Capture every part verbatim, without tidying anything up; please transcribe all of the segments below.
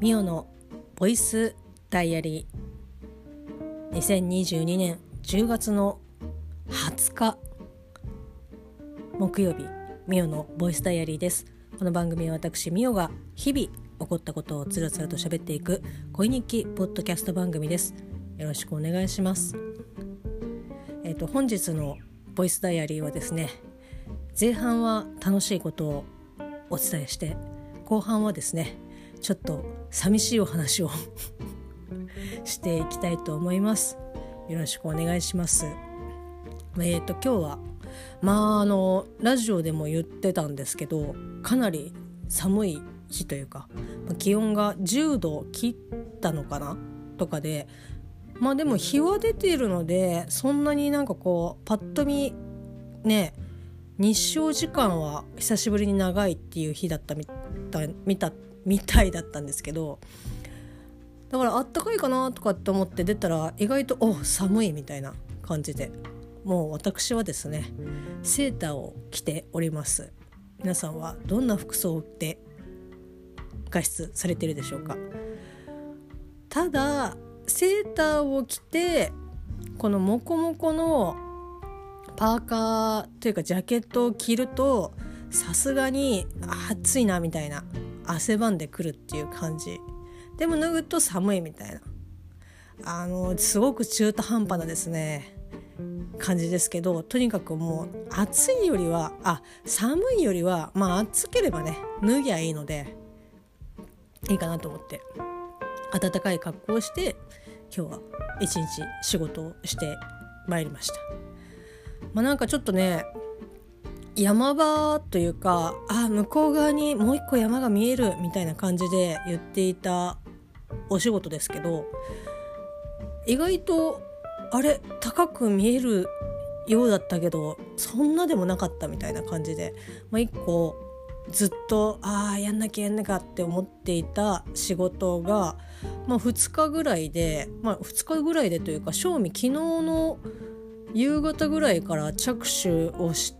ミオのボイスダイアリー、にせんにじゅうにねんじゅうがつのはつか木曜日、ミオのボイスダイアリーです。この番組は私ミオが日々起こったことをつらつらと喋っていく恋日記ポッドキャスト番組です。よろしくお願いします。えっと本日のボイスダイアリーはですね、前半は楽しいことをお伝えして、後半はですねちょっと寂しいお話をしていきたいと思います。よろしくお願いします。えっと今日はまああのラジオでも言ってたんですけど、かなり寒い日というか、気温がじゅうど切ったのかなとかで、まあでも日は出ているので、そんなになんかこうパッと見ね、日照時間は久しぶりに長いっていう日だったみたい見たみたいだったんですけど、だからあったかいかなとかって思って出たら、意外とお寒いみたいな感じで、もう私はですねセーターを着ております。皆さんはどんな服装で外出されているでしょうか。ただセーターを着てこのモコモコのパーカーというかジャケットを着ると、さすがに暑いなみたいな、汗ばんでくるっていう感じでも、脱ぐと寒いみたいな、あのすごく中途半端なですね感じですけど、とにかくもう暑いよりはあ寒いよりはまあ暑ければね脱ぎゃいいのでいいかなと思って、暖かい格好をして今日は一日仕事をしてまいりました。まあ、なんかちょっとね山場というか、あ向こう側にもう一個山が見えるみたいな感じで言っていたお仕事ですけど、意外とあれ高く見えるようだったけどそんなでもなかったみたいな感じで、まあ、一個ずっとあーやんなきゃやんなきゃって思っていた仕事が、まあ、ふつかぐらいで、まあ、ふつかぐらいでというか正味昨日の夕方ぐらいから着手をして、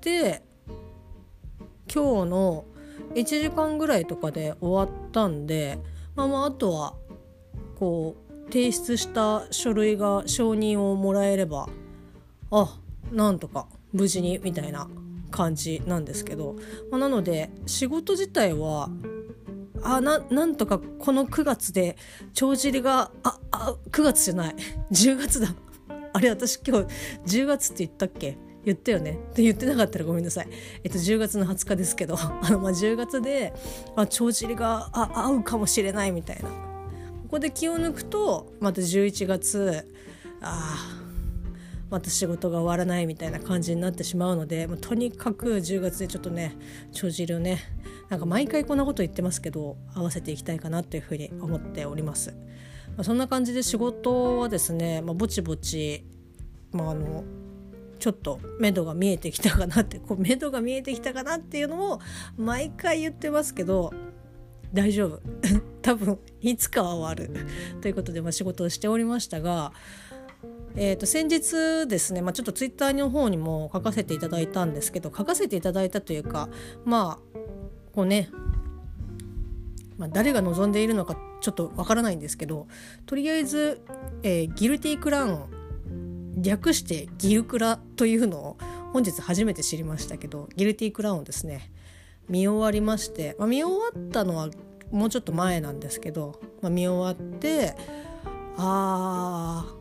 今日のいちじかんぐらいとかで終わったんで、まあ、まああとはこう提出した書類が承認をもらえれば、あなんとか無事にみたいな感じなんですけど、まあ、なので仕事自体はあ な, なんとかこのくがつで帳尻がああくがつじゃないじゅうがつだあれ私今日じゅうがつって言ったっけ、言ったよねって言ってなかったらごめんなさい。えっとじゅうがつのはつかですけど、あのまあじゅうがつであ帳尻があ合うかもしれないみたいな、ここで気を抜くとまたじゅういちがつあまた仕事が終わらないみたいな感じになってしまうので、もうとにかくじゅうがつでちょっとね帳尻をね、なんか毎回こんなこと言ってますけど合わせていきたいかなというふうに思っております。まあ、そんな感じで仕事はですね、まあ、ぼちぼち、まあ、あのちょっと目処が見えてきたかなって、こう目処が見えてきたかなっていうのを毎回言ってますけど大丈夫多分いつかは終わるということで、まあ、仕事をしておりましたが、えー、と先日ですね、まあ、ちょっとツイッターの方にも書かせていただいたんですけど、書かせていただいたというか、まあこうね、まあ、誰が望んでいるのかちょっとわからないんですけど、とりあえず、えー、ギルティクラウン、略してギルクラというのを本日初めて知りましたけど、ギルティクラウンですね見終わりまして、まあ、見終わったのはもうちょっと前なんですけど、まあ、見終わってあー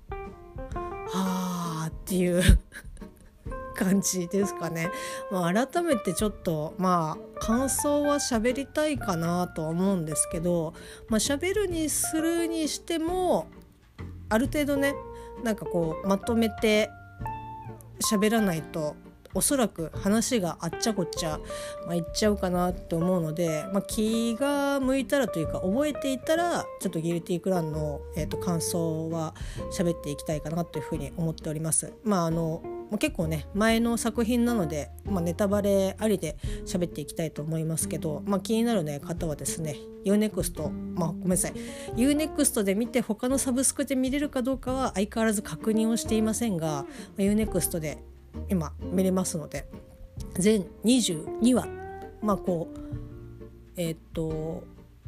あーっていう感じですかね。まあ、改めてちょっとまあ感想は喋りたいかなとは思うんですけど、まあ、喋るにするにしてもある程度ね、なんかこうまとめて喋らないとおそらく話があっちゃこっちゃ、まあ、いっちゃうかなと思うので、まあ、気が向いたらというか覚えていたらちょっとギルティクラウンの、えー、と感想は喋っていきたいかなというふうに思っております。まああの結構ね前の作品なので、まあ、ネタバレありで喋っていきたいと思いますけど、まあ、気になる、ね、方はですね ユーネクスト、まあ、ごめんなさい ユーネクスト で見て他のサブスクで見れるかどうかは相変わらず確認をしていませんが、 ユーネクスト で今見れますので、全にじゅうにわ、まあこうえー、っと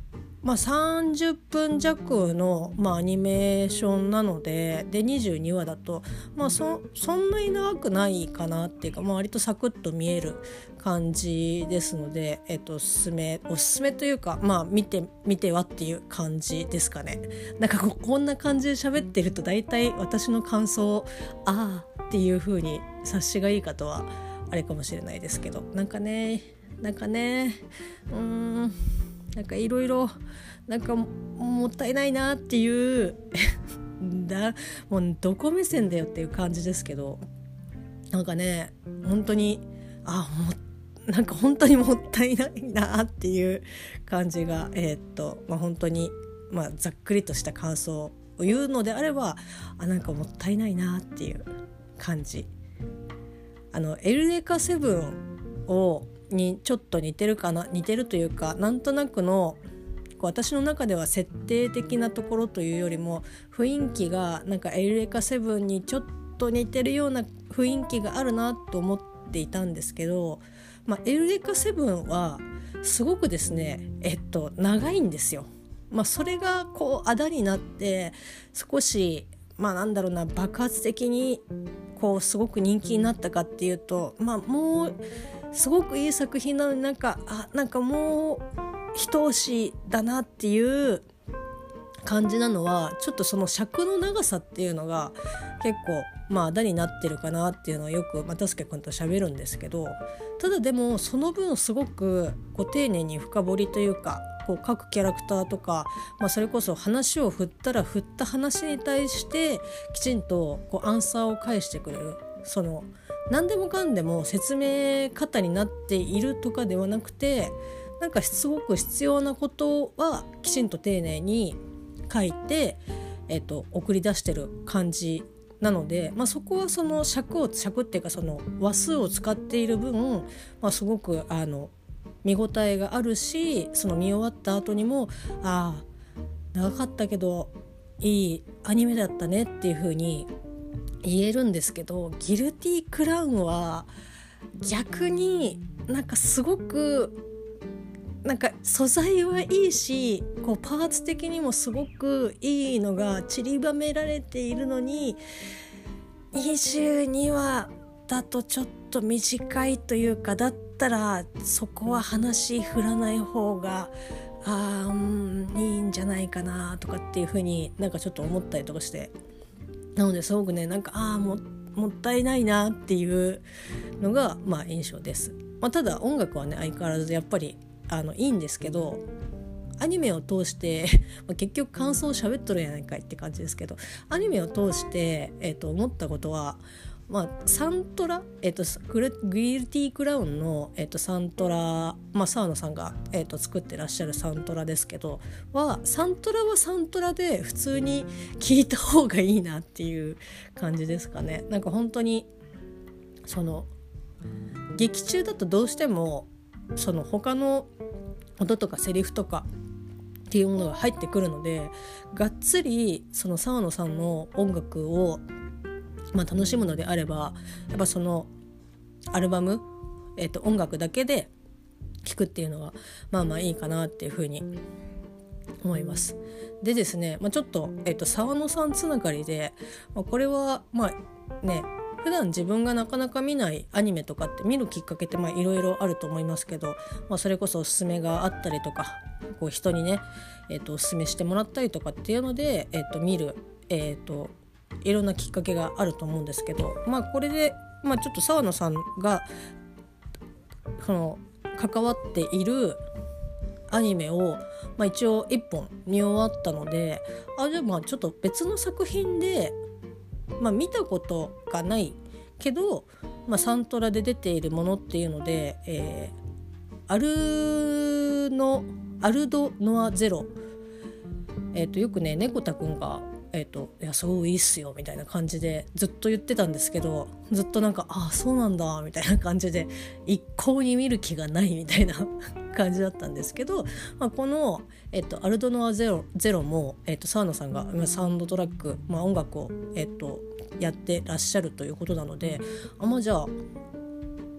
まあ、さんじゅっぷん弱の、まあ、アニメーションなので、でにじゅうにわだと、まあ、そ, そんなに長くないかなっていうか、まあ、割とサクッと見える感じですので、えっと、おすすめおすすめというか、まあ、見て見てはっていう感じですかね。なんか こ, こんな感じで喋ってると大体私の感想をあーっていう風に察しがいい方はあれかもしれないですけど、なんかねなんかねうーんなんかいろいろなんかもったいないなっていうだもうどこ目線だよっていう感じですけど、なんかね本当にあもなんか本当にもったいないなっていう感じが、えー、っとまあ本当に、まあ、ざっくりとした感想を言うのであれば、あなんかもったいないなっていう感じ。あのエルレカセブンをにちょっと似てるかな似てるというか、なんとなくのこう私の中では設定的なところというよりも雰囲気がなんかエルレカセブンにちょっと似てるような雰囲気があるなと思っていたんですけど、まあ、エルレカセブンはすごくですねえっと長いんですよ。まあ、それがこうあだになって少しまあなんだろうな爆発的にこうすごく人気になったかっていうと、まあもうすごくいい作品なのになんかあなんかもう一押しだなっていう感じなのは、ちょっとその尺の長さっていうのが結構まああだになってるかなっていうのはよく又助君と喋るんですけど、ただでもその分すごくこう丁寧に深掘りというか、こう各キャラクターとか、まあ、それこそ話を振ったら振った話に対してきちんとこうアンサーを返してくれる、その何でもかんでも説明方になっているとかではなくて、なんかすごく必要なことはきちんと丁寧に書いて、えーと、送り出してる感じなので、まあ、そこはその尺を尺っていうかその話数を使っている分、まあ、すごくあの見応えがあるし、その見終わった後にもああ長かったけどいいアニメだったねっていう風に言えるんですけど、ギルティクラウンは逆になんかすごくなんか素材はいいし、こうパーツ的にもすごくいいのが散りばめられているのに、にじゅうにわだとちょっと短いというか、だったらそこは話振らない方があー、うん、いいんじゃないかなとかっていう風になんかちょっと思ったりとかして、なのですごくねなんかあー も, もったいないなっていうのがまあ印象です。まあ、ただ音楽はね相変わらずやっぱりあのいいんですけど、アニメを通してまあ結局感想を喋っとるやないかいって感じですけど、アニメを通して、えー、と思ったことは、まあ、サントラ、えー、とグリルティクラウンの、えー、とサントラ、まあ、沢野さんが、えー、と作ってらっしゃるサントラですけどは、サントラはサントラで普通に聴いた方がいいなっていう感じですかね。なんか本当にその劇中だとどうしてもその他の音とかセリフとかっていうものが入ってくるので、がっつりその沢野さんの音楽を、まあ、楽しむのであれば、やっぱそのアルバム、えーと、音楽だけで聴くっていうのはまあまあいいかなっていうふうに思います。でですね、まあ、ちょっと、えーと、沢野さんつながりで、まあ、これはまあね普段自分がなかなか見ないアニメとかって見るきっかけっていろいろあると思いますけど、まあ、それこそおすすめがあったりとか、こう人にね、えー、とおすすめしてもらったりとかっていうので、えー、と見る、えー、といろんなきっかけがあると思うんですけど、まあこれで、まあ、ちょっと沢野さんがその関わっているアニメを、まあ、一応いっぽん見終わったので、あじゃあまあちょっと別の作品でまあ、見たことがないけど、まあ、サントラで出ているものっていうので、えー、アルノアルドノアゼロ、えー、とよくね猫田くんが、えー、といやすごいいいっすよみたいな感じでずっと言ってたんですけど、ずっとなんかあそうなんだみたいな感じで一向に見る気がないみたいな感じだったんですけど、まあ、この、えっと、アルドノアゼロ、ゼロも、えっと、沢野さんがサウンドトラック、まあ、音楽を、えっと、やってらっしゃるということなので、あまあじゃあ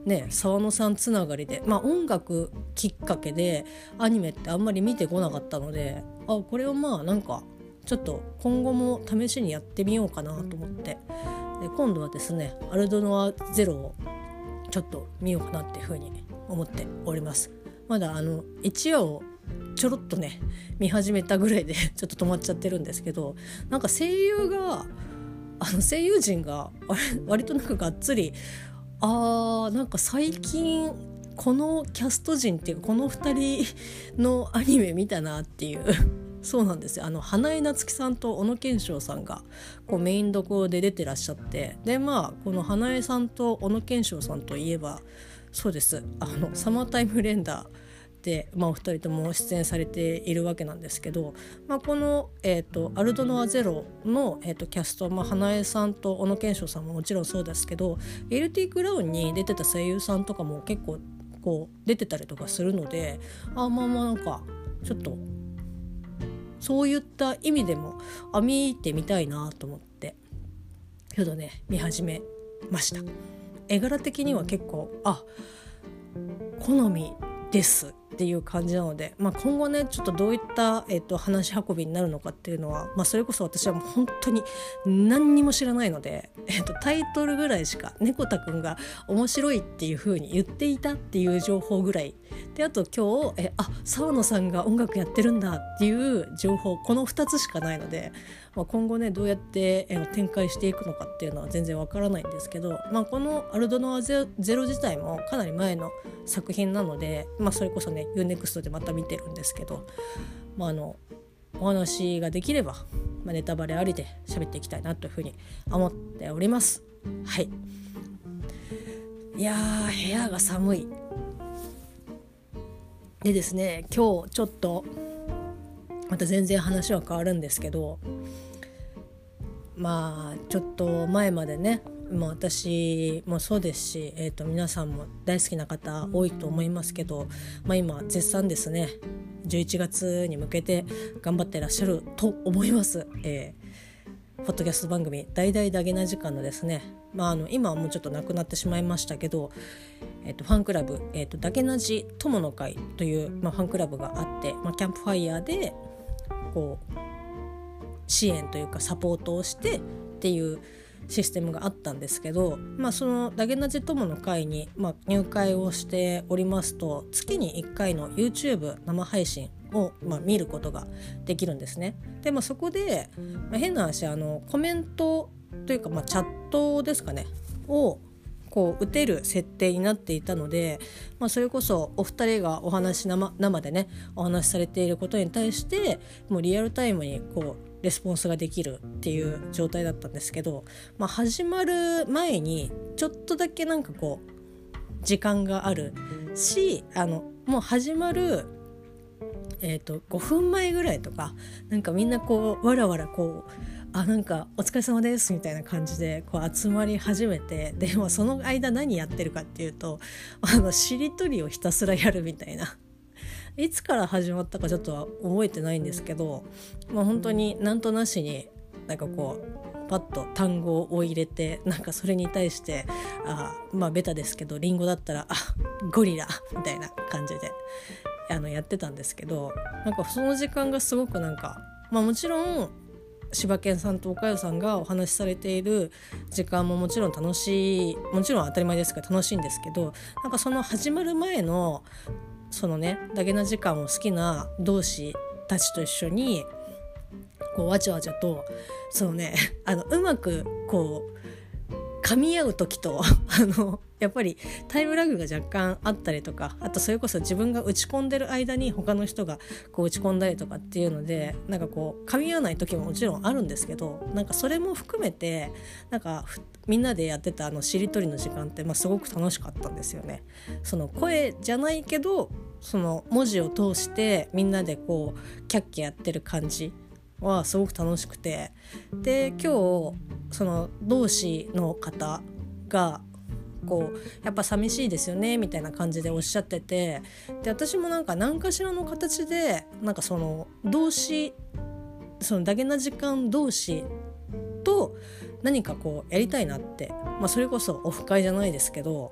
ね沢野さんつながりで、まあ、音楽きっかけでアニメってあんまり見てこなかったので、あこれをまあなんかちょっと今後も試しにやってみようかなと思って、で今度はですねアルドノアゼロをちょっと見ようかなっていうふうに思っております。まだあのいちわをちょろっとね見始めたぐらいでちょっと止まっちゃってるんですけど、なんか声優があの声優陣が割となんかがっつり、あーなんか最近このキャスト陣っていうかこのふたりのアニメ見たなっていうそうなんですよ。あの花江夏樹さんと小野賢章さんがこうメインどころで出てらっしゃって、でまあこの花江さんと小野賢章さんといえばそうですあのサマータイムレンダーで、まあ、お二人とも出演されているわけなんですけど、まあ、この、えーと、アルドノアゼロの、えーと、キャスト、まあ、花江さんと小野賢章さんももちろんそうですけど、エルティークラウンに出てた声優さんとかも結構こう出てたりとかするので、あまあまあなんかちょっとそういった意味でもあ見てみたいなと思ってちょっとね見始めました。絵柄的には結構あ好みですっていう感じなので、まあ、今後ねちょっとどういった、えーと、話し運びになるのかっていうのは、まあ、それこそ私はもう本当に何にも知らないので、えーと、タイトルぐらいしか猫田くんが面白いっていう風に言っていたっていう情報ぐらいで、あと今日えあ沢野さんが音楽やってるんだっていう情報、このふたつしかないので、まあ、今後ねどうやって、えー、展開していくのかっていうのは全然わからないんですけど、まあ、このアルドノアゼロ自体もかなり前の作品なので、まあ、それこそね ユーネクスト でまた見てるんですけど、まあ、あのお話ができれば、まあ、ネタバレありで喋っていきたいなというふうに思っております。はい。いやー部屋が寒いでですね、今日ちょっとまた全然話は変わるんですけど、まあちょっと前までね、まあ、私もそうですし、えーと、皆さんも大好きな方多いと思いますけど、まあ、今絶賛ですねじゅういちがつに向けて頑張ってらっしゃると思います、えー、ポッドキャスト番組大々だげな時間のですね、まあ、あの今はもうちょっとなくなってしまいましたけど、えーと、ファンクラブ、えーと、だげなじ友の会という、まあ、ファンクラブがあって、まあ、キャンプファイヤーでこう支援というかサポートをしてっていうシステムがあったんですけど、まあ、そのだげなじ友の会に、まあ、入会をしておりますと月にいっかいの YouTube 生配信を、まあ、見ることができるんですね。で、まあ、そこで、まあ、変な話あのコメントというか、まあ、チャットですかねをこう打てる設定になっていたので、まあ、それこそお二人がお話 生, 生でねお話しされていることに対してもうリアルタイムにこうレスポンスができるっていう状態だったんですけど、まあ、始まる前にちょっとだけなんかこう時間があるし、あのもう始まる、えーと、ごふんまえぐらいとかなんかみんなこうわらわらこうあなんかお疲れ様ですみたいな感じでこう集まり始めて、でもその間何やってるかっていうとあのしりとりをひたすらやるみたいな、いつから始まったかちょっとは覚えてないんですけど、まあ、本当になんとなしになんかこうパッと単語を入れて、なんかそれに対してあまあベタですけどリンゴだったらあゴリラみたいな感じであのやってたんですけど、なんかその時間がすごくなんか、まあ、もちろん柴犬さんと岡代さんがお話しされている時間ももちろん楽しい、もちろん当たり前ですけど楽しいんですけど、なんかその始まる前のそのねだげな時間を好きな同士たちと一緒にこうわちゃわちゃとそのねあのうまくこう噛み合う時とあのやっぱりタイムラグが若干あったりとか、あとそれこそ自分が打ち込んでる間に他の人がこう打ち込んだりとかっていうのでなんかこう噛み合わない時ももちろんあるんですけど、なんかそれも含めてなんかみんなでやってたあのしりとりの時間って、まあ、すごく楽しかったんですよね。その声じゃないけどその文字を通してみんなでこうキャッキャやってる感じはすごく楽しくて、で今日その同志の方がこうやっぱ寂しいですよねみたいな感じでおっしゃってて、で私もなんか何かしらの形でなんかその同志そのだげな時間同士と何かこうやりたいなって、まあ、それこそオフ会じゃないですけど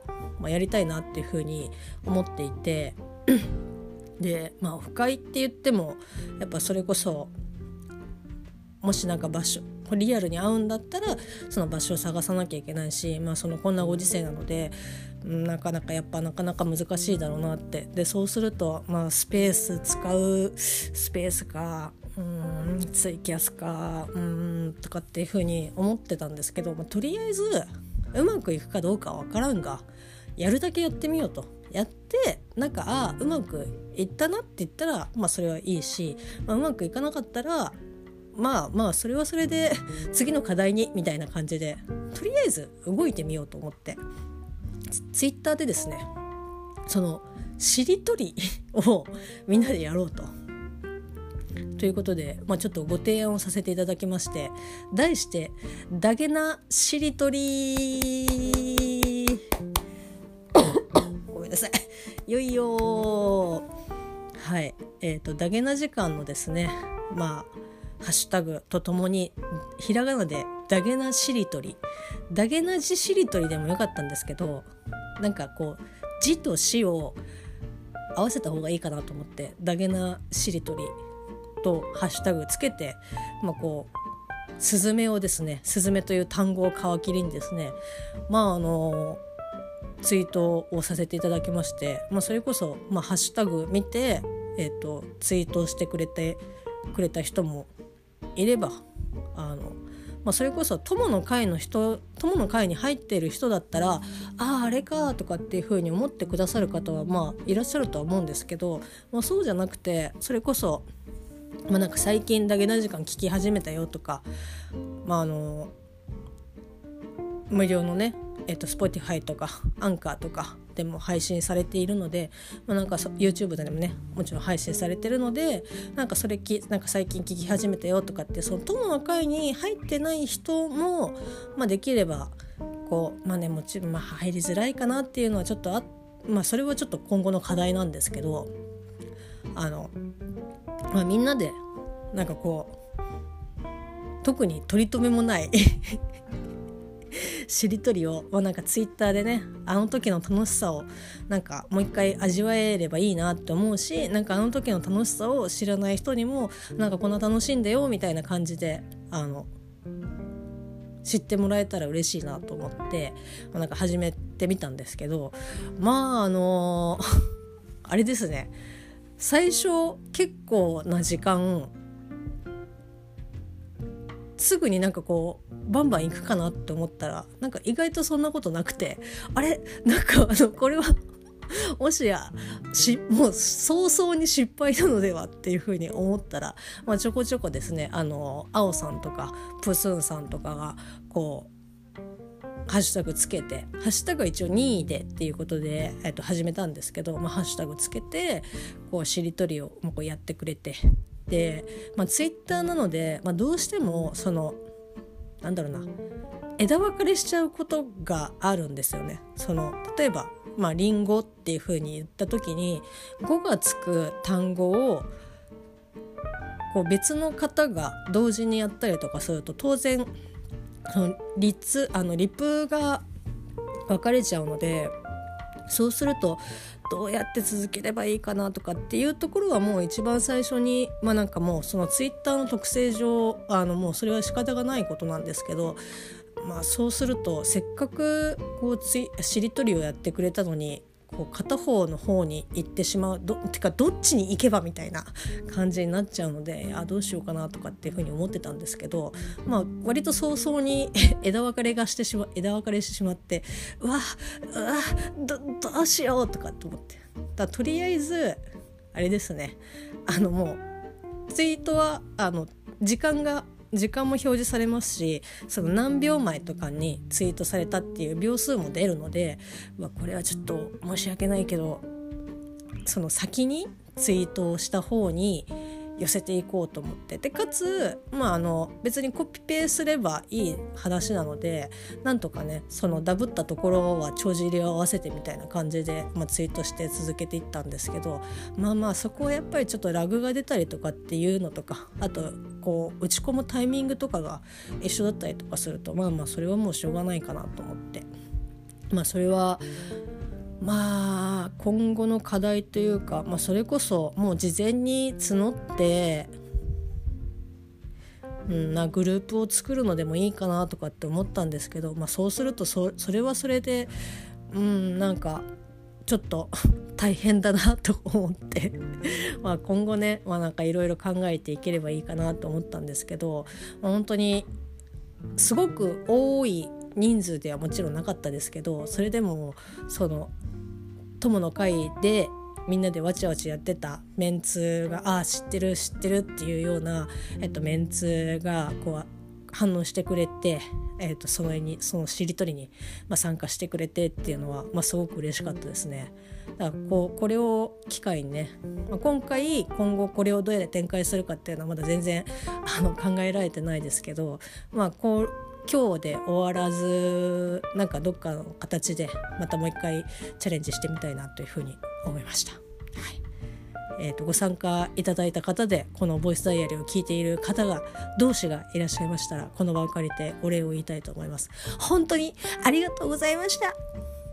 まあ、やりたいなっていうふうに思っていてで、まあ、オフ会って言ってもやっぱそれこそもしなんか場所リアルに会うんだったらその場所を探さなきゃいけないし、まあ、そのこんなご時世なのでなかなかやっぱなかなか難しいだろうなって。でそうすると、まあ、スペース使うスペースかうーんツイキャスかうーんとかっていう風に思ってたんですけど、まあ、とりあえずうまくいくかどうかは分からんがやるだけやってみようと。やってなんかあうまくいったなって言ったら、まあ、それはいいし、まあ、うまくいかなかったらまあまあそれはそれで次の課題にみたいな感じでとりあえず動いてみようと思ってツイッターでですねそのしりとりをみんなでやろうとということで、まあ、ちょっとご提案をさせていただきまして題してダゲなしりとりごめんなさいよいよはいえーとダゲな時間のですねまあハッシュタグとともにひらがなでダゲなしりとりダゲなじしりとりでもよかったんですけどなんかこうじとしを合わせた方がいいかなと思ってダゲなしりとりとハッシュタグつけて、まあ、こうスズメをですねスズメという単語を皮切りにですねまああのツイートをさせていただきまして、まあ、それこそ、まあ、ハッシュタグ見て、えーと、ツイートしてくれてくれた人もいればあの、まあ、それこそ友の会の人友の会に入っている人だったらあああれかとかっていう風に思ってくださる方はまあいらっしゃるとは思うんですけど、まあ、そうじゃなくてそれこそ、まあ、なんか最近ダゲな時間聞き始めたよとか、まあ、あの無料のねえっと、Spotify とかアンカーとかでも配信されているので、まあ、なんか YouTube でもねもちろん配信されてるのでなんかそれきなんか最近聞き始めたよとかってその友の会に入ってない人も、まあ、できればこうまあねもちろんまあ入りづらいかなっていうのはちょっとあまあそれはちょっと今後の課題なんですけどあの、まあ、みんなでなんかこう特に取り留めもないしりとりを、まあ、なんかツイッターでねあの時の楽しさをなんかもう一回味わえればいいなって思うしなんかあの時の楽しさを知らない人にもなんかこんな楽しんでよみたいな感じであの知ってもらえたら嬉しいなと思って、まあ、なんか始めてみたんですけどまああのあれですね最初結構な時間すぐになんかこうバンバン行くかなって思ったらなんか意外とそんなことなくてあれなんかあのこれはもしやしもう早々に失敗なのではっていうふうに思ったら、まあ、ちょこちょこですねあの青さんとかプスンさんとかがこうハッシュタグつけてハッシュタグは一応任意でっていうことで、えっと、始めたんですけど、まあ、ハッシュタグつけてこうしりとりをもうこうやってくれてで、まあ、ツイッターなので、まあ、どうしてもそのなんだろうな枝分かれしちゃうことがあるんですよね。その例えば、まあ、リンゴっていう風に言った時に語がつく単語をこう別の方が同時にやったりとかすると当然リツあのリプが分かれちゃうのでそうするとどうやって続ければいいかなとかっていうところはもう一番最初にまあなんかもうそのツイッターの特性上あのもうそれは仕方がないことなんですけどまあそうするとせっかくこうついしりとりをやってくれたのにこう片方の方に行ってしまうどてかどっちに行けばみたいな感じになっちゃうのであどうしようかなとかっていうふうに思ってたんですけど、まあ、割と早々に枝分かれがしてしま枝分かれしてしまってうわうわ ど, どうしようとかって思ってだとりあえずあれですねあのもうツイートはあの時間が時間も表示されますしその何秒前とかにツイートされたっていう秒数も出るので、まあ、これはちょっと申し訳ないけどその先にツイートをした方に寄せていこうと思ってでかつ、まあ、あの別にコピペすればいい話なのでなんとかねそのダブったところは帳尻を合わせてみたいな感じで、まあ、ツイートして続けていったんですけどまあまあそこはやっぱりちょっとラグが出たりとかっていうのとかあとこう打ち込むタイミングとかが一緒だったりとかするとまあまあそれはもうしょうがないかなと思ってまあそれはまあ今後の課題というか、まあ、それこそもう事前に募って、うん、なグループを作るのでもいいかなとかって思ったんですけど、まあ、そうすると そ, それはそれで、うん、なんかちょっと大変だなと思ってまあ今後ね、まあ、なんかいろいろ考えていければいいかなと思ったんですけど、まあ、本当にすごく多い人数ではもちろんなかったですけど、それでもその友の会でみんなでわちゃわちゃやってたメンツがああ知ってる知ってるっていうような、えっと、メンツがこう反応してくれて、えっと、そのにそのしりとりに、まあ、参加してくれてっていうのは、まあ、すごく嬉しかったですね。だからこうこれを機会にね、まあ、今回今後これをどうやって展開するかっていうのはまだ全然あの考えられてないですけど、まあこう今日で終わらずなんかどっかの形でまたもう一回チャレンジしてみたいなというふうに思いました。はい、えーと、ご参加いただいた方でこのボイスダイアリーを聞いている方が同士がいらっしゃいましたら、この場を借りてお礼を言いたいと思います。本当にありがとうございました。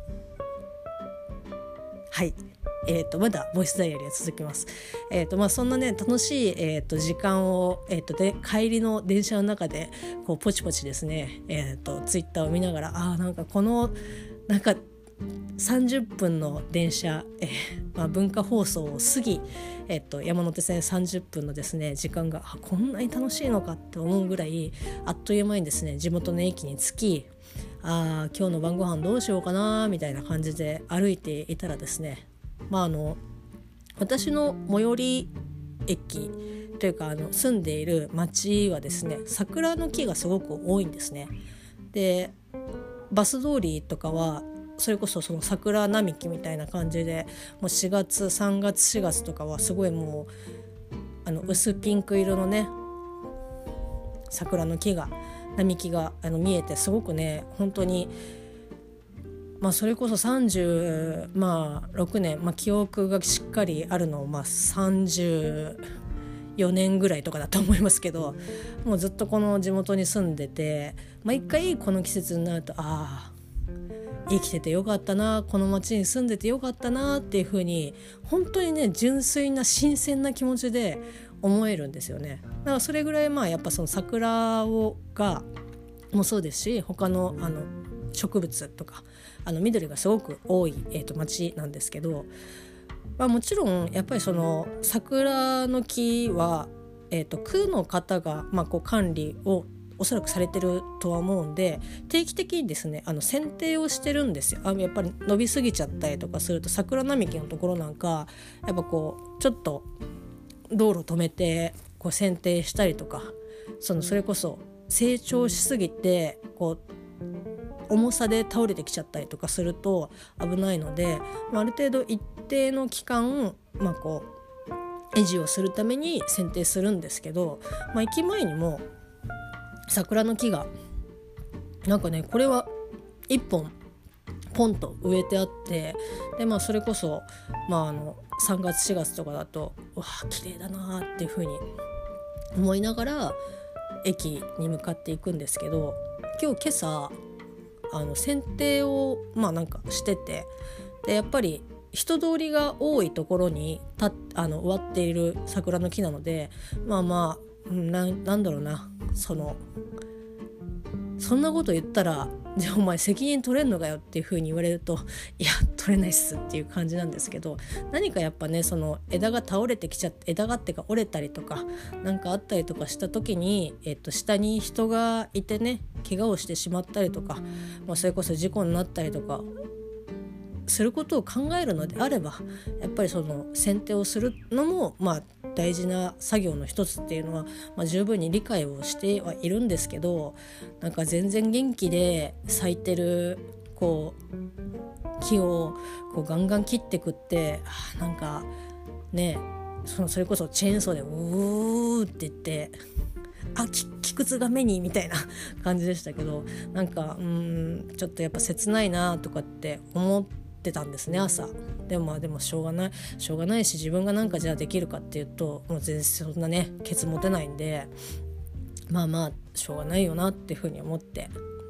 はい、えーと、まだボイスダイアリーは続きます。えーとまあ、そんなね楽しい、えーと時間を、えーとで帰りの電車の中でこうポチポチですね、えーとツイッターを見ながら、あーなんかこのなんかさんじゅっぷんの電車、えーまあ、文化放送を過ぎ、えーと山手線さんじゅっぷんのですね時間があこんなに楽しいのかって思うぐらいあっという間にですね地元の駅に着き、あ今日の晩ご飯どうしようかなみたいな感じで歩いていたらですね、まあ、あの私の最寄り駅というかあの住んでいる町はですね桜の木がすごく多いんですね。でバス通りとかはそれこそその桜並木みたいな感じでもうしがつさんがつしがつとかはすごいもうあの薄ピンク色のね桜の木が並木があの見えてすごくね本当にまあ、それこそさんじゅうろくねん、まあ、記憶がしっかりあるのを、まあ、さんじゅうよねんぐらいとかだと思いますけど、もうずっとこの地元に住んでて、毎回この季節になるとああ生きててよかったな、この町に住んでてよかったなっていう風に本当にね純粋な新鮮な気持ちで思えるんですよね。だからそれぐらいまあやっぱその桜をがもそうですし、他のあの植物とかあの緑がすごく多い、えー、と町なんですけど、まあ、もちろんやっぱりその桜の木は、えー、と区の方が、まあ、こう管理をおそらくされてるとは思うんで、定期的にですねあの剪定をしてるんですよ。あやっぱり伸びすぎちゃったりとかすると桜並木のところなんかやっぱこうちょっと道路止めてこう剪定したりとか、そのそれこそ成長しすぎてこう重さで倒れてきちゃったりとかすると危ないので、ある程度一定の期間、まあ、こう維持をするために剪定するんですけど、まあ、駅前にも桜の木がなんかねこれは一本ポンと植えてあって、で、まあ、それこそ、まあ、あのさんがつしがつとかだとうわ綺麗だなっていう風に思いながら駅に向かっていくんですけど、今日今朝あの剪定をまあなんかしてて、でやっぱり人通りが多いところにたあの植わっている桜の木なので、まあまあ な, なんだろうなそのそんなこと言ったらじゃあお前責任取れんのかよっていう風に言われると、いや取れないっすっていう感じなんですけど、何かやっぱねその枝が倒れてきちゃって枝がってか折れたりとかなんかあったりとかした時に、えっと、下に人がいてね怪我をしてしまったりとか、まあ、それこそ事故になったりとかすることを考えるのであれば、やっぱりその剪定をするのもまあ大事な作業の一つっていうのは、まあ、十分に理解をしてはいるんですけど、なんか全然元気で咲いてるこう木をこうガンガン切ってくって、なんかねそのそれこそチェーンソーでうーって言ってあ木くずが目にみたいな感じでしたけど、なんかうーんちょっとやっぱ切ないなとかって思ってたんですね朝。でもまあでもしょうがないしょうがないし自分がなんかじゃあできるかっていうともう全然そんなねケツ持てないんで、まあまあしょうがないよなっていうふうに思って、で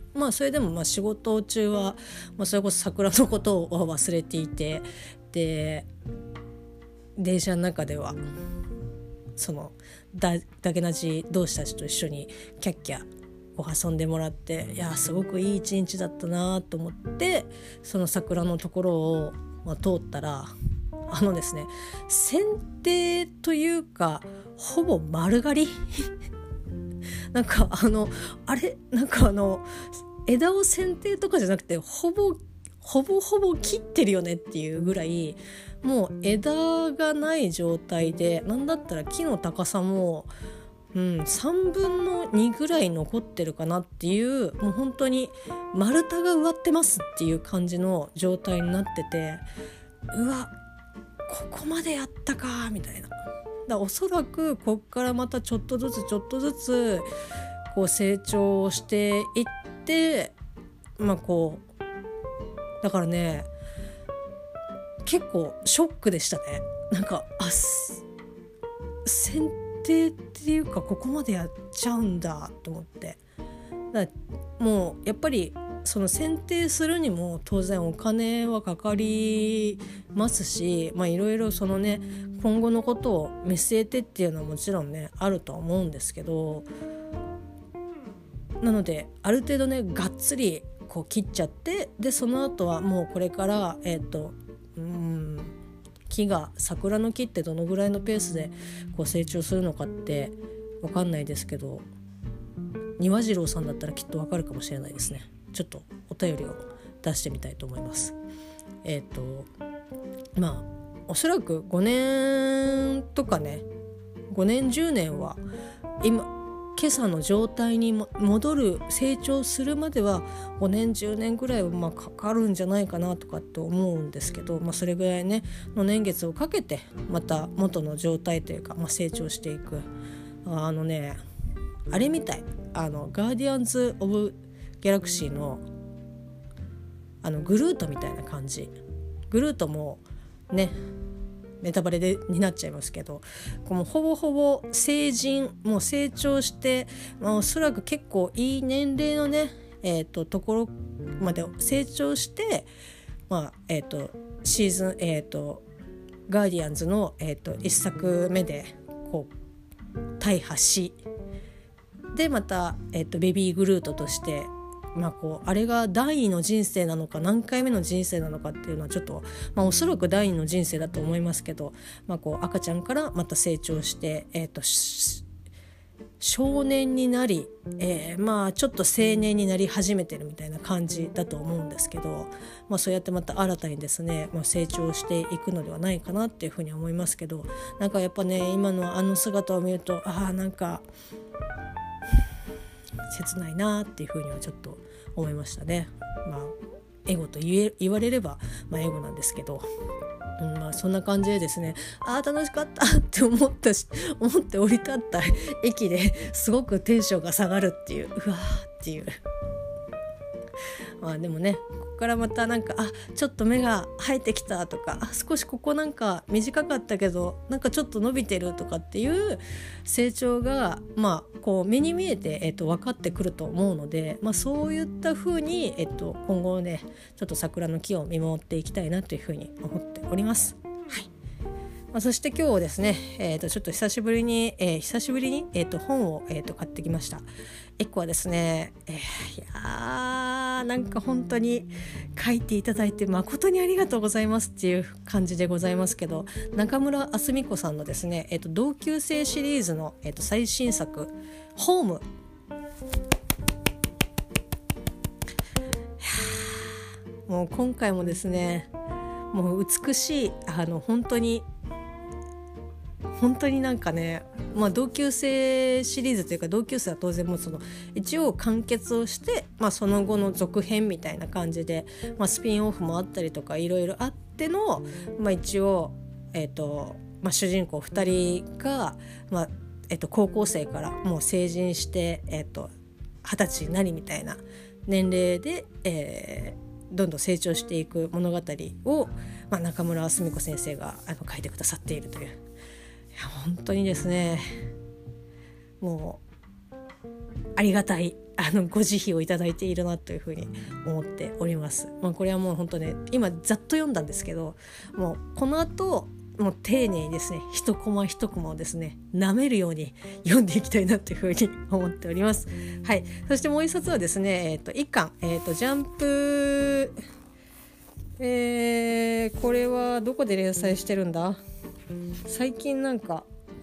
まあそれでもまあ仕事中は、まあ、それこそ桜のことを忘れていて、で電車の中ではそのだだけなじ同士たちと一緒にキャッキャこう遊んでもらって、いやすごくいい一日だったなと思って、その桜のところを、まあ、通ったら、あのですね剪定というかほぼ丸刈りなんかあのあれなんかあの枝を剪定とかじゃなくてほぼほぼほぼ切ってるよねっていうぐらい、もう枝がない状態で、なんだったら木の高さも、うん、さんぶんのにぐらい残ってるかなっていう、もう本当に丸太が植わってますっていう感じの状態になってて、うわここまでやったかみたいな。だからおそらくこっからまたちょっとずつちょっとずつこう成長していって、まあこうだからね結構ショックでしたね。なんかあ剪定っていうかここまでやっちゃうんだと思って、だからもうやっぱりその剪定するにも当然お金はかかりますし、まあいろいろそのね今後のことを見据えてっていうのはもちろんねあるとは思うんですけど、なのである程度ねがっつりこう切っちゃって、でその後はもうこれからえっとうん木が桜の木ってどのぐらいのペースでこう成長するのかって分かんないですけど、庭次郎さんだったらきっと分かるかもしれないですね。ちょっとお便りを出してみたいと思います。えっとまあおそらくごねんとかねごねんじゅうねんは今今朝の状態に戻る成長するまではごねんじゅうねんぐらいはまあかかるんじゃないかなとかって思うんですけど、まあ、それぐらいねの年月をかけてまた元の状態というか、まあ、成長していく。あのねあれみたい、あのガーディアンズ・オブ・ギャラクシーのあのグルートみたいな感じ。グルートもねネタバレでになっちゃいますけど、このほぼほぼ成人、もう成長して、まあ、おそらく結構いい年齢のね、えー、とところまで成長して、まあえー、とシーズン、えー、とガーディアンズの、えー、といっさくめでこう大破し、でまた、えー、とベビーグルートとしてまあ、こうあれが第二の人生なのか何回目の人生なのかっていうのはちょっと、まあ、おそらく第二の人生だと思いますけど、まあ、こう赤ちゃんからまた成長して、えーと、少年になり、えー、まあちょっと青年になり始めてるみたいな感じだと思うんですけど、まあ、そうやってまた新たにですね、まあ、成長していくのではないかなっていうふうに思いますけど、なんかやっぱね今のあの姿を見るとああなんか切ないなっていうふうにはちょっと思いましたね。まあエゴと言え言われれば、まあ、エゴなんですけど、うんまあ、そんな感じでですね、あー楽しかったって思ったし思って降り立った駅ですごくテンションが下がるっていう、うわーっていうまあでもねここからまたなんかあちょっと目が生えてきたとか、あ少しここなんか短かったけどなんかちょっと伸びてるとかっていう成長がまあこう目に見えて、えっと、分かってくると思うので、まあ、そういった風に、えっと、今後ねちょっと桜の木を見守っていきたいなというふうに思っております。はいまあ、そして今日ですね、えー、とちょっと久しぶりに、えー、久しぶりに、えー、と本を、えー、と買ってきました。いっこはですね、えー、いやーなんか本当に書いていただいて誠にありがとうございますっていう感じでございますけど、中村あすみ子さんのですね、えー、と同級生シリーズの、えー、と最新作ホーム、もう今回もですねもう美しいあの本当に本当になんかね、まあ、同級生シリーズというか同級生は当然もうその一応完結をして、まあ、その後の続編みたいな感じで、まあ、スピンオフもあったりとかいろいろあっての、まあ、一応、えーとまあ、主人公ふたりが、まあえーと高校生からもう成人して、えーとはたちになりみたいな年齢で、えー、どんどん成長していく物語を、まあ、中村あすみ子先生があの書いてくださっているという、いや本当にですねもうありがたいあのご慈悲をいただいているなというふうに思っております。まあ、これはもう本当ね今ざっと読んだんですけど、もうこの後もう丁寧にですね一コマ一コマをですね舐めるように読んでいきたいなというふうに思っております。はい。そしてもう一冊はですね、えっと一巻、えっとジャンプ、えー、これはどこで連載してるんだ？最近なんか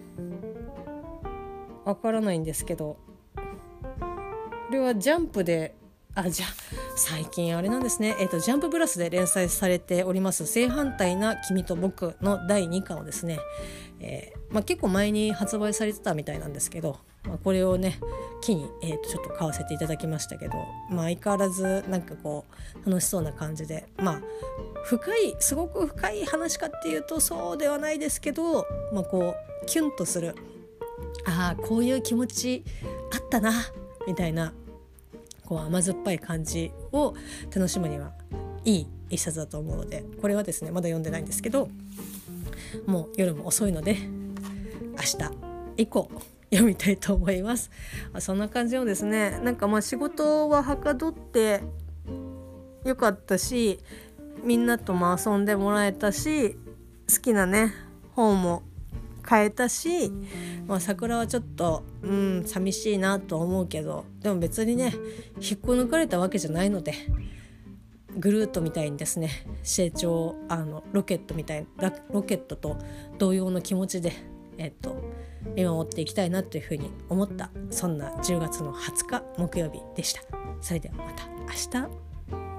わからないんですけど、これはジャンプであじゃ最近あれなんですね、えーと、ジャンププラスで連載されております正反対な君と僕のだいにかんをですね、えーまあ、結構前に発売されてたみたいなんですけど、まあ、これをね機に、えーと、ちょっと買わせていただきましたけど、まあ、相変わらずなんかこう楽しそうな感じで、まあ深いすごく深い話かっていうとそうではないですけど、まあ、こうキュンとする、ああこういう気持ちあったなみたいなこう甘酸っぱい感じを楽しむにはいい一冊だと思うので、これはですねまだ読んでないんですけど、もう夜も遅いので明日以降読みたいと思います。そんな感じのですね、なんかまあ仕事ははかどってよかったし、みんなとも遊んでもらえたし、好きなね本も買えたし、まあ、桜はちょっとうん寂しいなと思うけど、でも別にね引っこ抜かれたわけじゃないので、グルートみたいにですね成長あのロケットみたいなロケットと同様の気持ちで、えっと、見守っていきたいなというふうに思った、そんなじゅうがつのはつか木曜日でした。それではまた明日。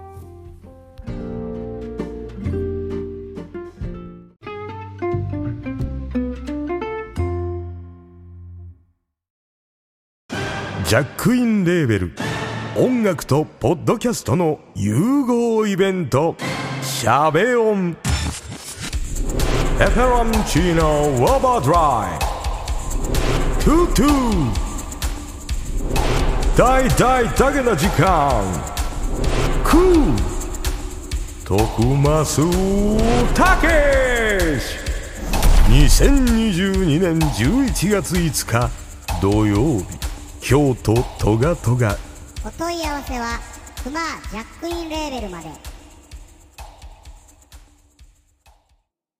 ジャックインレーベル音楽とポッドキャストの融合イベント、シャベオンペペロンチーノウォーバードライトゥトゥ大大だけな時間クー徳増たけしにせんにじゅうにねんじゅういちがついつか土曜日、京都トガトガ。 お問い合わせはクマジャックインレーベルまで。